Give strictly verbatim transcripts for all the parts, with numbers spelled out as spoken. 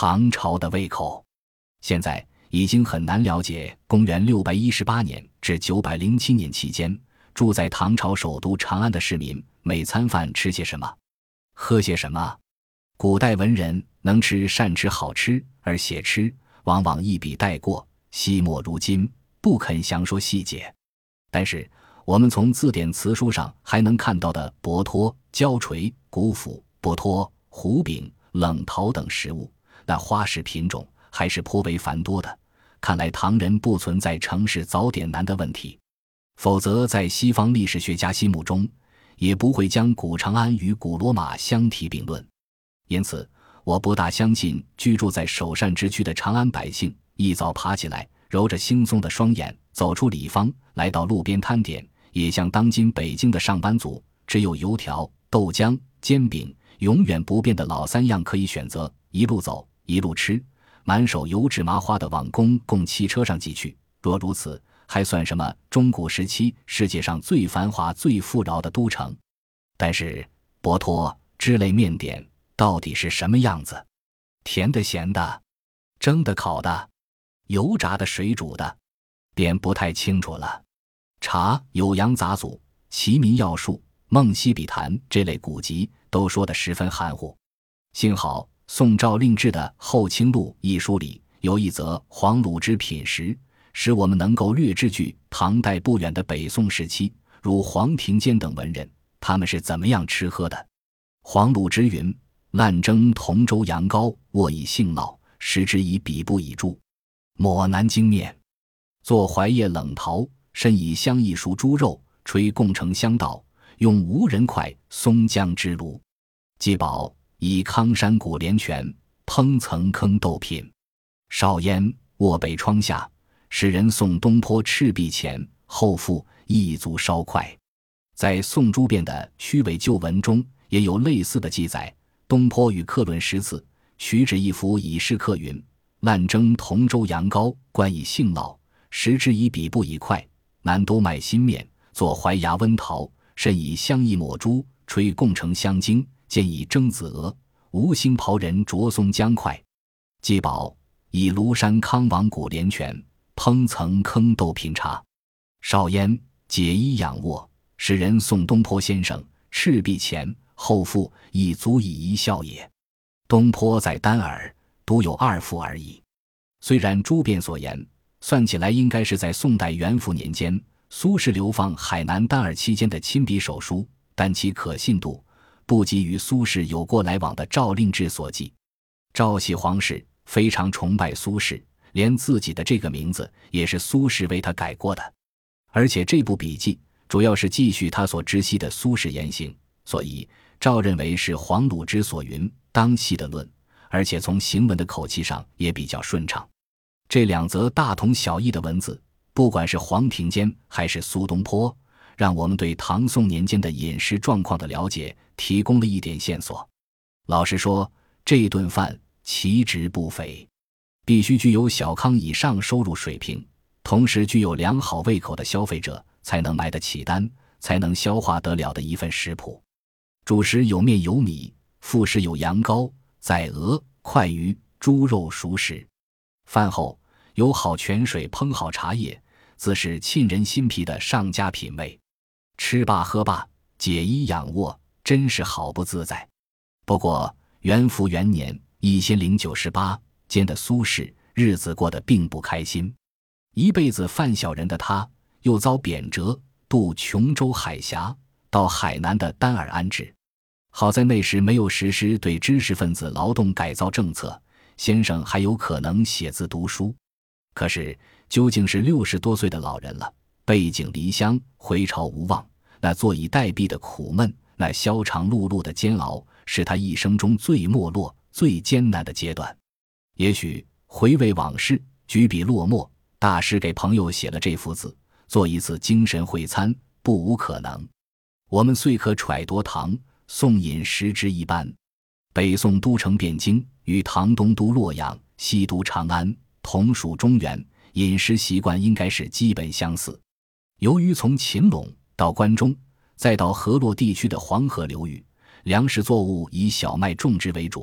唐朝的胃口。现在已经很难了解公元六百一十八年至九百零七年期间住在唐朝首都长安的市民每餐饭吃些什么，喝些什么。古代文人能吃善吃好吃，而写吃往往一笔带过，惜墨如金，不肯详说细节。但是我们从字典词书上还能看到的薄托、焦锤、谷腐、薄托、胡饼、冷桃等食物，那花式品种还是颇为繁多的。看来唐人不存在城市早点难的问题，否则在西方历史学家心目中也不会将古长安与古罗马相提并论。因此我不大相信居住在首善之区的长安百姓一早爬起来，揉着惺忪的双眼，走出里坊，来到路边摊点，也像当今北京的上班族，只有油条、豆浆、煎饼，永远不变的老三样可以选择，一路走一路吃，满手油纸麻花的往公共汽车上寄去。若如此，还算什么中古时期世界上最繁华最富饶的都城？但是薄托之类面点到底是什么样子？甜的、咸的，蒸的、烤的，油炸的、水煮的，便不太清楚了。茶、酉阳杂俎、齐民要术、梦溪笔谈这类古籍都说得十分含糊。幸好宋赵令制的《后清录》一书里有一则黄鲁之品食，使我们能够略知距唐代不远的北宋时期，如黄庭坚等文人，他们是怎么样吃喝的。黄鲁之云：烂蒸同州羊羔，卧以杏酪，食之以比不以助。抹南京面，做槐叶冷桃，甚以香一熟猪肉，吹贡成香道，用无人块松姜之炉。祭宝以康山谷连泉，烹层坑豆品。少焉，卧北窗下，使人送东坡赤壁前，后复一足烧块。在宋朱辩的《曲尾旧文》中也有类似的记载。东坡与客论十次，取纸一幅以示客云：烂蒸同州羊羔，灌以杏酪，食之以比不以快。南都卖新面，做怀牙温桃，甚以香液抹珠，吹贡成香精，见以蒸子鹅，无心刨人着松姜块。祭宝以庐山康王谷连泉，烹层坑豆品茶。少焉，解衣仰卧，使人送东坡先生赤壁前，后父亦足以一笑也。东坡在单耳独有二父而已。虽然朱辩所言算起来应该是在宋代元符年间苏轼流放海南单耳期间的亲笔手书，但其可信度不及与苏轼有过来往的赵令制所记。赵喜皇室非常崇拜苏轼，连自己的这个名字也是苏轼为他改过的。而且这部笔记主要是继续他所知悉的苏轼言行，所以赵认为是黄鲁之所云当系的论，而且从行文的口气上也比较顺畅。这两则大同小异的文字，不管是黄庭坚还是苏东坡，让我们对唐宋年间的饮食状况的了解提供了一点线索。老实说，这顿饭其值不菲，必须具有小康以上收入水平，同时具有良好胃口的消费者才能买得起单，才能消化得了的一份食谱。主食有面有米，副食有羊羔、宰鹅、快鱼、猪肉熟食。饭后有好泉水烹好茶叶，自是沁人心脾的上佳品味。吃罢喝罢，解衣仰卧，真是好不自在。不过元符元年一千零九十八间的苏轼日子过得并不开心，一辈子犯小人的他又遭贬谪，渡琼州海峡，到海南的单耳安置。好在那时没有实施对知识分子劳动改造政策，先生还有可能写字读书。可是究竟是六十多岁的老人了，背井离乡，回朝无望，那坐以待毙的苦闷，那宵长碌碌的煎熬，是他一生中最没落最艰难的阶段。也许回味往事，举笔落墨，大师给朋友写了这幅字，做一次精神会餐，不无可能。我们虽可揣度唐宋饮食之一般，北宋都城汴京与唐东都洛阳、西都长安同属中原，饮食习惯应该是基本相似。由于从秦陇到关中再到河洛地区的黄河流域，粮食作物以小麦种植为主，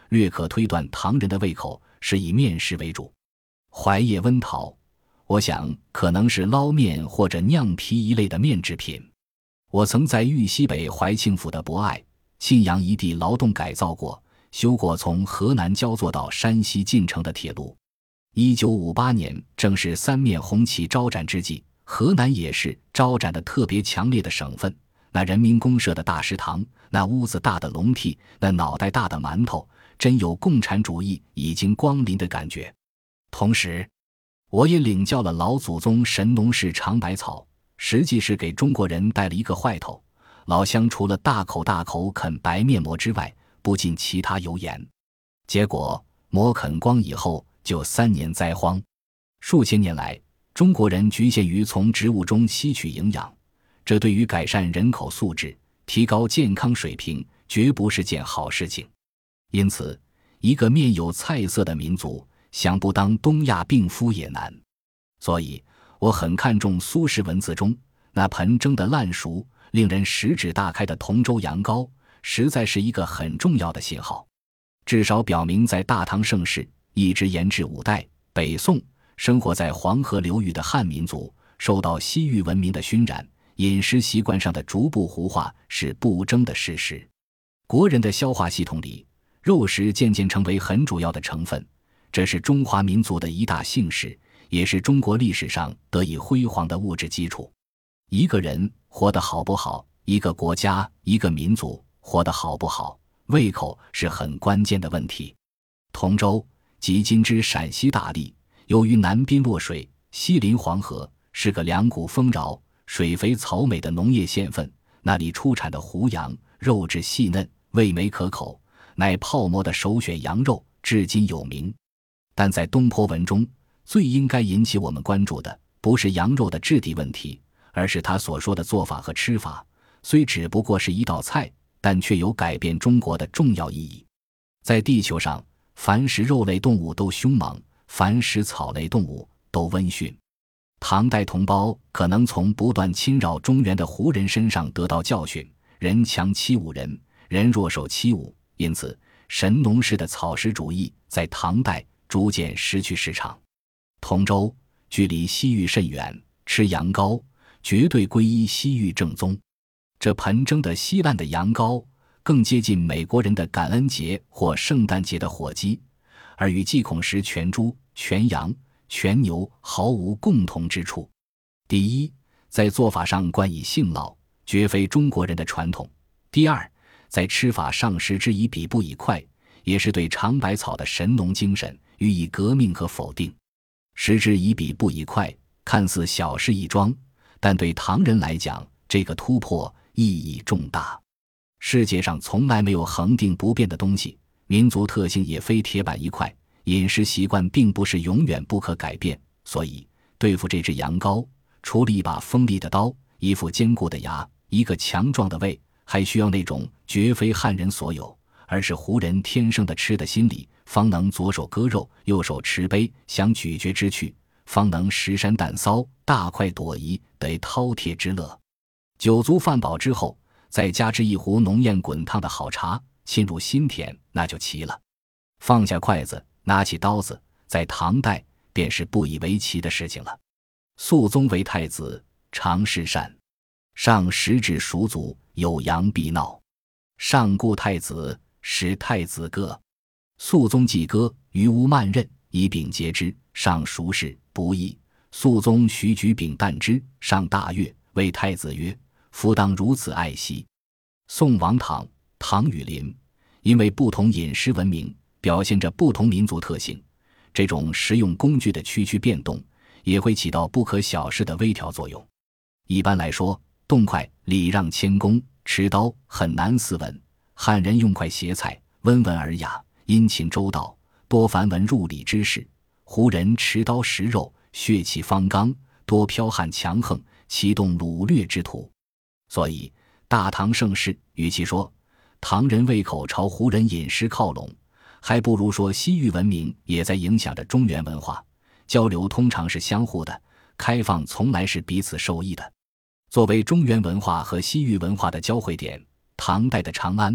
略可推断唐人的胃口是以面食为主。槐叶温桃，我想可能是捞面或者酿皮一类的面制品。我曾在豫西北怀庆府的博爱、信阳一地劳动改造过，修过从河南焦作到山西晋城的铁路。一九五八年正是三面红旗招展之际，河南也是招展的特别强烈的省份。那人民公社的大食堂，那屋子大的笼屉，那脑袋大的馒头，真有共产主义已经光临的感觉。同时，我也领教了老祖宗神农氏尝百草，实际是给中国人带了一个坏头。老乡除了大口大口啃白面馍之外，不进其他油盐。结果馍啃光以后，就三年灾荒。数千年来，中国人局限于从植物中吸取营养，这对于改善人口素质、提高健康水平，绝不是件好事情。因此，一个面有菜色的民族，想不当东亚病夫也难。所以，我很看重苏轼文字中那盆蒸得烂熟、令人食指大开的同州羊羔，实在是一个很重要的信号。至少表明在大唐盛世，一直延至五代、北宋，生活在黄河流域的汉民族，受到西域文明的熏染，饮食习惯上的逐步胡化是不争的事实。国人的消化系统里，肉食渐渐成为很主要的成分，这是中华民族的一大幸事，也是中国历史上得以辉煌的物质基础。一个人活得好不好，一个国家、一个民族活得好不好，胃口是很关键的问题。同州即今之陕西大荔，由于南滨洛水，西临黄河，是个两谷丰饶、水肥草美的农业县份，那里出产的胡羊肉质细嫩，味美可口，乃泡馍的首选羊肉，至今有名。但在东坡文中，最应该引起我们关注的，不是羊肉的质地问题，而是他所说的做法和吃法，虽只不过是一道菜，但却有改变中国的重要意义。在地球上，凡食肉类动物都凶猛，凡食草类动物都温驯。唐代同胞可能从不断侵扰中原的胡人身上得到教训，人强欺侮人，人弱受欺侮，因此神农氏的草食主义在唐代逐渐失去市场。同州距离西域甚远，吃羊羔绝对皈依西域正宗。这盆蒸的稀烂的羊羔更接近美国人的感恩节或圣诞节的火鸡，而与忌孔食全猪、全羊、全牛毫无共同之处。第一，在做法上冠以姓老，绝非中国人的传统；第二，在吃法上食之以彼不以快，也是对尝百草的神农精神予以革命和否定。食之以彼不以快，看似小事一桩，但对唐人来讲，这个突破意义重大。世界上从来没有恒定不变的东西，民族特性也非铁板一块，饮食习惯并不是永远不可改变，所以对付这只羊羔，除了一把锋利的刀，一副坚固的牙，一个强壮的胃，还需要那种绝非汉人所有，而是胡人天生的吃的心理，方能左手割肉，右手持杯，想咀嚼之趣，方能石山淡骚，大快朵颐，得饕餮之乐。酒足饭饱之后，再加之一壶浓艳滚烫的好茶，沁入心田，那就齐了。放下筷子，拿起刀子，在唐代便是不以为奇的事情了。肃宗为太子，常事善，上食指蜀祖，有羊必闹，上顾太子，使太子歌。肃宗既歌，于无慢刃，以柄截之，上熟视不义。肃宗徐举柄啖之，上大悦，谓太子曰：夫当如此爱惜。宋王唐、唐与林，因为不同饮食文明，表现着不同民族特性，这种食用工具的区区变动，也会起到不可小视的微调作用。一般来说，动筷礼让谦恭，持刀很难斯文。汉人用筷携菜，温文尔雅，殷勤周到，多繁文入礼之事；胡人持刀食肉，血气方刚，多剽悍强横，启动掳掠之徒。所以大唐盛世，与其说唐人胃口朝胡人饮食靠拢，还不如说西域文明也在影响着中原文化。交流通常是相互的，开放从来是彼此受益的。作为中原文化和西域文化的交汇点，唐代的长安、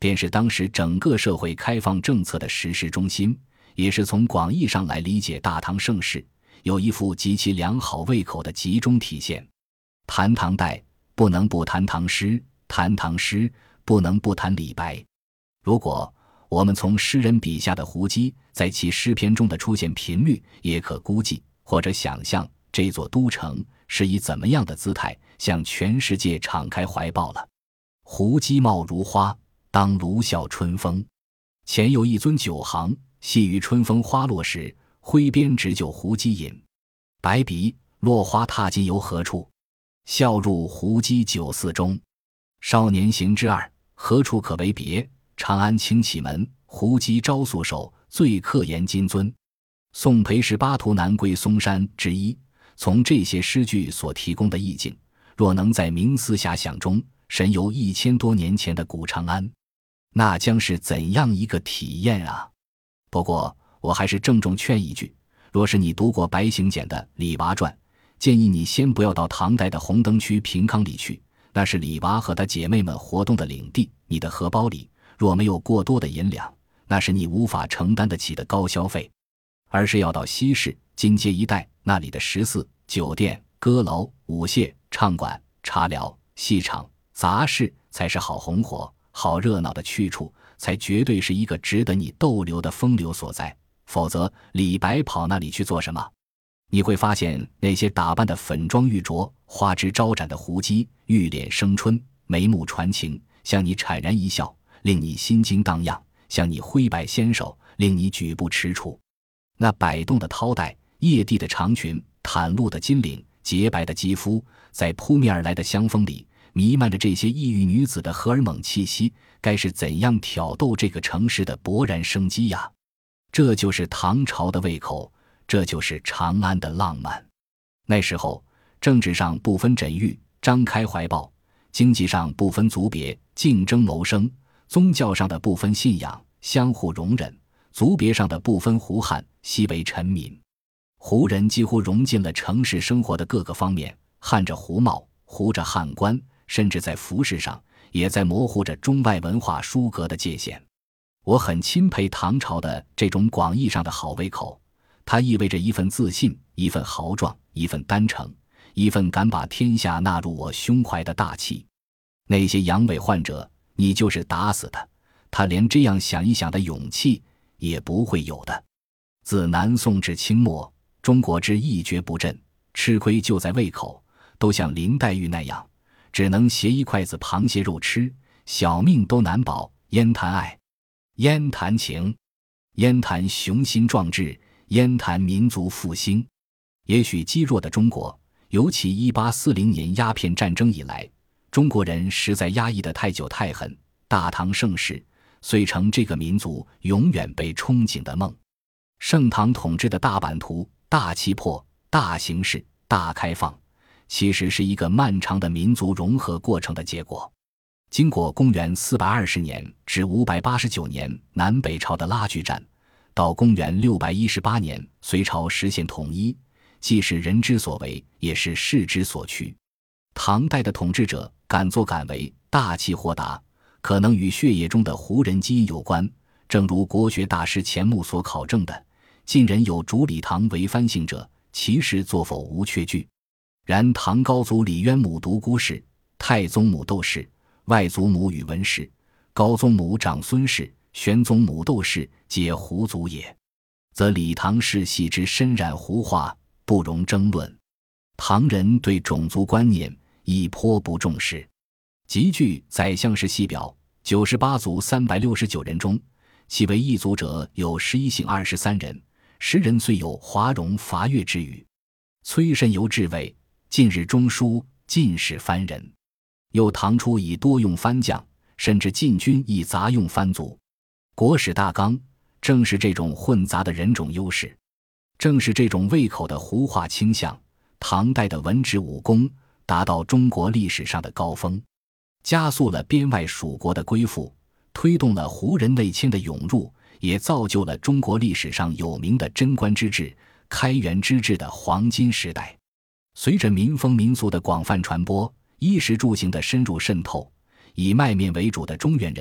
便是当时整个社会开放政策的实施中心，也是从广义上来理解大唐盛世，有一副极其良好胃口的集中体现。谈唐代，不能不谈唐诗；谈唐诗，不能不谈李白。如果我们从诗人笔下的胡姬在其诗篇中的出现频率，也可估计或者想象这座都城是以怎么样的姿态向全世界敞开怀抱了。胡姬貌如花，当卢笑春风。前有一尊酒行，系于春风花落时，挥鞭执酒胡姬饮。白鼻，落花踏尽游何处？笑入胡姬酒肆中。少年行之二，何处可为别？长安清启门，胡姬招素手，醉客言金樽。宋裴十八图南归嵩山之一。从这些诗句所提供的意境，若能在冥思遐想中神游一千多年前的古长安，那将是怎样一个体验啊！不过我还是郑重劝一句，若是你读过白行简的《李娃传》，建议你先不要到唐代的红灯区平康里去，那是李娃和他姐妹们活动的领地，你的荷包里若没有过多的银两，那是你无法承担得起的高消费。而是要到西市金街一带，那里的食肆、酒店、歌楼、舞榭、唱馆、茶寮、戏场、杂市才是好红火、好热闹的去处，才绝对是一个值得你逗留的风流所在。否则李白跑那里去做什么？你会发现那些打扮的粉妆玉琢、花枝招展的胡姬，玉脸生春，眉目传情，向你谄然一笑，令你心惊荡漾，向你挥摆纤手，令你举步踟蹰。那摆动的绦带，曳地的长裙，袒露的金领，洁白的肌肤，在扑面而来的香风里弥漫着这些异域女子的荷尔蒙气息，该是怎样挑逗这个城市的勃然生机呀！这就是唐朝的胃口，这就是长安的浪漫。那时候政治上不分枕域，张开怀抱；经济上不分族别，竞争谋生；宗教上的不分信仰，相互容忍；族别上的不分胡汉，悉为臣民。胡人几乎融进了城市生活的各个方面，汉着胡帽，胡着汉冠，甚至在服饰上也在模糊着中外文化殊隔的界限。我很钦佩唐朝的这种广义上的好胃口，它意味着一份自信，一份豪壮，一份单诚，一份敢把天下纳入我胸怀的大气。那些阳痿患者，你就是打死他，他连这样想一想的勇气也不会有的。自南宋至清末，中国之一蹶不振，吃亏就在胃口，都像林黛玉那样，只能携一筷子螃蟹肉吃，小命都难保，焉谈爱，焉谈情，焉谈雄心壮志，焉谈民族复兴。也许积弱的中国，尤其一八四零年鸦片战争以来，中国人实在压抑得太久太狠，大唐盛世遂成这个民族永远被憧憬的梦。盛唐统治的大版图、大气魄、大形势、大开放，其实是一个漫长的民族融合过程的结果。经过公元四百二十年至五百八十九年南北朝的拉锯战，到公元六百一十八年隋朝实现统一，既是人之所为，也是势之所趋。唐代的统治者敢作敢为，大气豁达，可能与血液中的胡人基因有关。正如国学大师钱穆所考证的，晋人有主李唐为藩姓者，其实作否无确据。然唐高祖李渊母独孤氏，太宗母窦氏，外祖母宇文氏，高宗母长孙氏，玄宗母窦氏，皆胡族也，则李唐世系之深染胡化，不容争论。唐人对种族观念亦颇不重视。集据宰相世系表，九十八族三百六十九人中，其为一族者有十一姓二十三人，十人虽有华容伐越之语。崔慎由至位，近日中书进士番人。又唐初以多用番将，甚至禁军亦杂用番族。国史大纲正是这种混杂的人种优势，正是这种胃口的胡化倾向，唐代的文治武功达到中国历史上的高峰，加速了边外属国的归附，推动了胡人内迁的涌入，也造就了中国历史上有名的贞观之治、开元之治的黄金时代。随着民风民俗的广泛传播，衣食住行的深入渗透，以卖面为主的中原人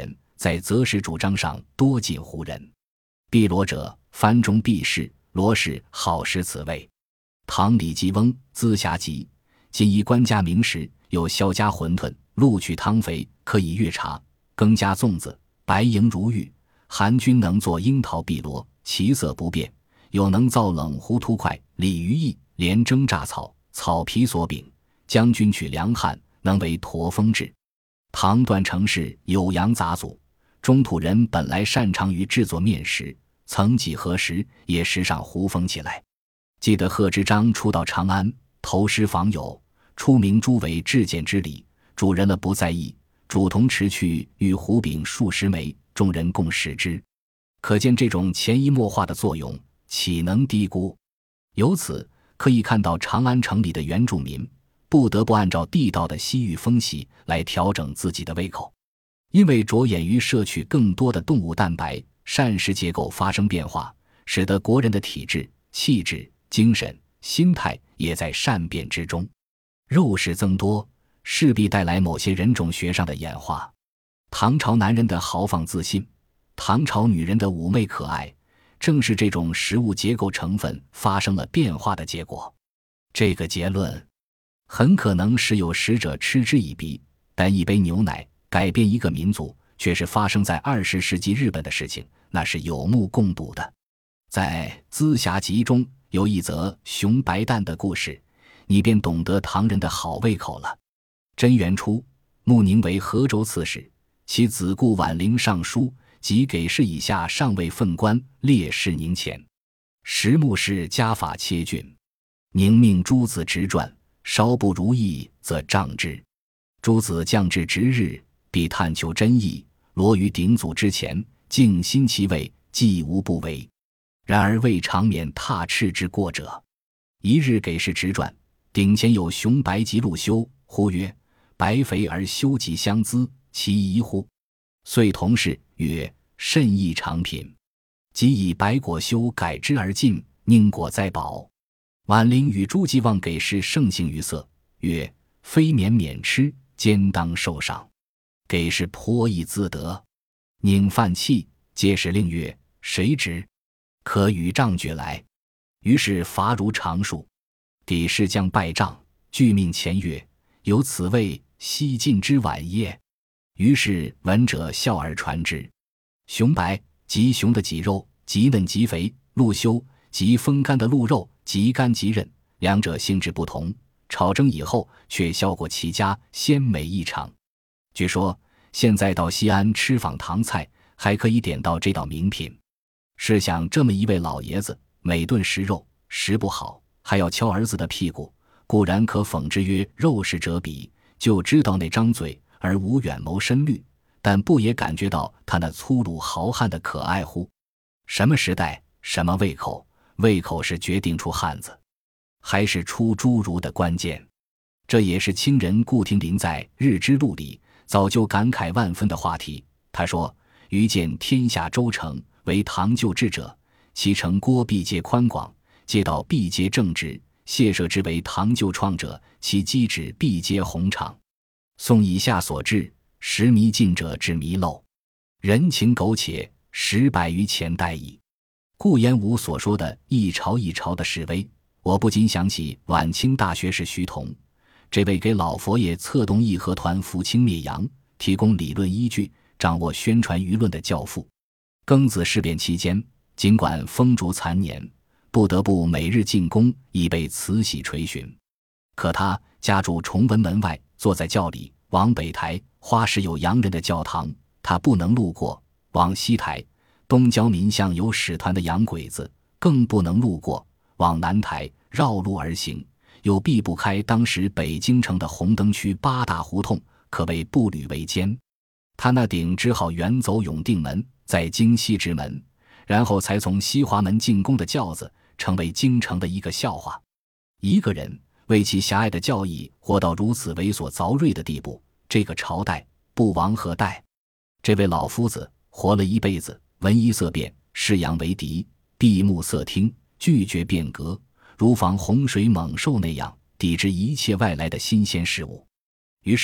在择时主张上多近胡人。敝罗者，藩中避士，罗氏好食此味。唐李继翁资辖集，今依官家名食，有萧家馄饨，陆取汤肥，可以悦茶，羹加粽子，白莹如玉。韩君能作樱桃敝罗，其色不变，有能造冷糊涂块，鲤鱼翼，连蒸炸草，草皮所饼。将军取凉汗，能为驼峰制。唐段成是酉阳杂祖，中土人本来擅长于制作面食，曾几何时也时上胡风起来。记得贺知章初到长安，投师访友，出明珠为至简之礼，主人了不在意，主同持去与胡饼数十枚，众人共食之。可见这种潜移默化的作用，岂能低估？由此可以看到长安城里的原住民不得不按照地道的西域风习来调整自己的胃口，因为着眼于摄取更多的动物蛋白，膳食结构发生变化，使得国人的体质、气质、精神、心态也在善变之中。肉食增多，势必带来某些人种学上的演化。唐朝男人的豪放自信，唐朝女人的妩媚可爱，正是这种食物结构成分发生了变化的结果。这个结论很可能时有识者嗤之以鼻，但一杯牛奶改变一个民族，却是发生在二十世纪日本的事情，那是有目共睹的。在《资辖集》中有一则熊白蛋的故事，你便懂得唐人的好胃口了。贞元初，穆宁为河州刺史，其子故宛陵尚书，即给事以下上尉份官，列士宁前。时穆氏家法切郡，宁命诸子执传，稍不如意则杖之。诸子降至值日，必探求真意，罗于鼎祖之前，静心其位，既无不为。然而未尝免踏赤之过者。一日给事执传，鼎前有熊白及陆修，呼曰：白肥而修己相资，其宜乎？遂同事曰：甚异常品。即以白果修改之而进，宁果哉宝。宛陵与诸暨望给事盛行于色，曰：非免免吃，兼当受赏。给事颇亦自得。宁犯气，皆是令曰：谁执？可与杖举来。于是罚如常数。给事将拜杖，具命前曰：有此谓西晋之晚耶？于是闻者笑而传之。熊白即熊的脊肉，极嫩极肥；陆修即风干的鹿肉，极干极韧，两者性质不同，炒蒸以后却效果奇佳，鲜美异常。据说现在到西安吃访唐菜，还可以点到这道名品。试想这么一位老爷子，每顿食肉，食不好还要敲儿子的屁股，固然可讽之曰肉食者鄙，就知道那张嘴而无远谋深虑，但不也感觉到他那粗鲁豪汉的可爱乎？什么时代，什么胃口？胃口是决定出汉子还是出侏儒的关键。这也是清人顾亭林在《日之录》里早就感慨万分的话题。他说：余见天下州城为唐旧制者，其城郭壁皆宽广，街道壁皆正直，谢舍之为唐旧创者，其基址壁皆宏敞。宋以下所制，时弥尽者之弥漏，人情苟且，十百余前代矣。顾炎武所说的一朝一朝的示威，我不禁想起晚清大学士徐桐，这位给老佛爷策动义和团扶清灭洋，提供理论依据，掌握宣传舆论的教父。庚子事变期间，尽管风烛残年，不得不每日进宫，以备慈禧垂询。可他家住崇文门外，坐在轿里，往北台花市有洋人的教堂，他不能路过；往西台东郊民巷有使团的洋鬼子，更不能路过；往南台绕路而行，又避不开当时北京城的红灯区八大胡同，可谓步履维艰。他那顶只好远走永定门，在京西直门，然后才从西华门进宫的轿子，成为京城的一个笑话。一个人为其狭隘的教义活到如此猥琐凿锐的地步，这个朝代不亡何待？这位老夫子活了一辈子，闻一色变，视洋为敌，闭目塞听，拒绝变革，如防洪水猛兽那样抵制一切外来的新鲜事物。于是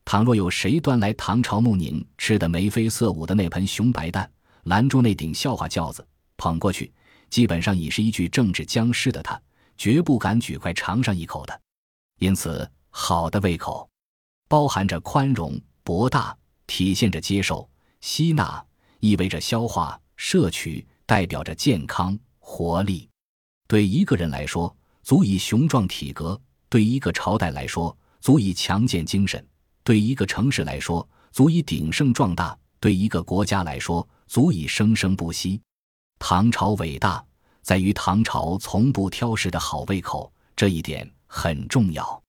倘若有谁端来唐朝穆宁吃得眉飞色舞的那盆熊白蛋，拦住那顶笑话轿子，捧过去，基本上已是一具政治僵尸的他，绝不敢举筷尝上一口的。因此，好的胃口包含着宽容、博大，体现着接受、吸纳，意味着消化、摄取，代表着健康、活力。对一个人来说，足以雄壮体格；对一个朝代来说，足以强健精神；对一个城市来说，足以鼎盛壮大；对一个国家来说，足以生生不息。唐朝伟大，在于唐朝从不挑食的好胃口，这一点很重要。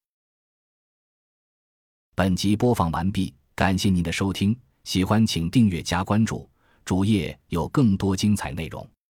本集播放完毕，感谢您的收听，喜欢请订阅加关注，主页有更多精彩内容。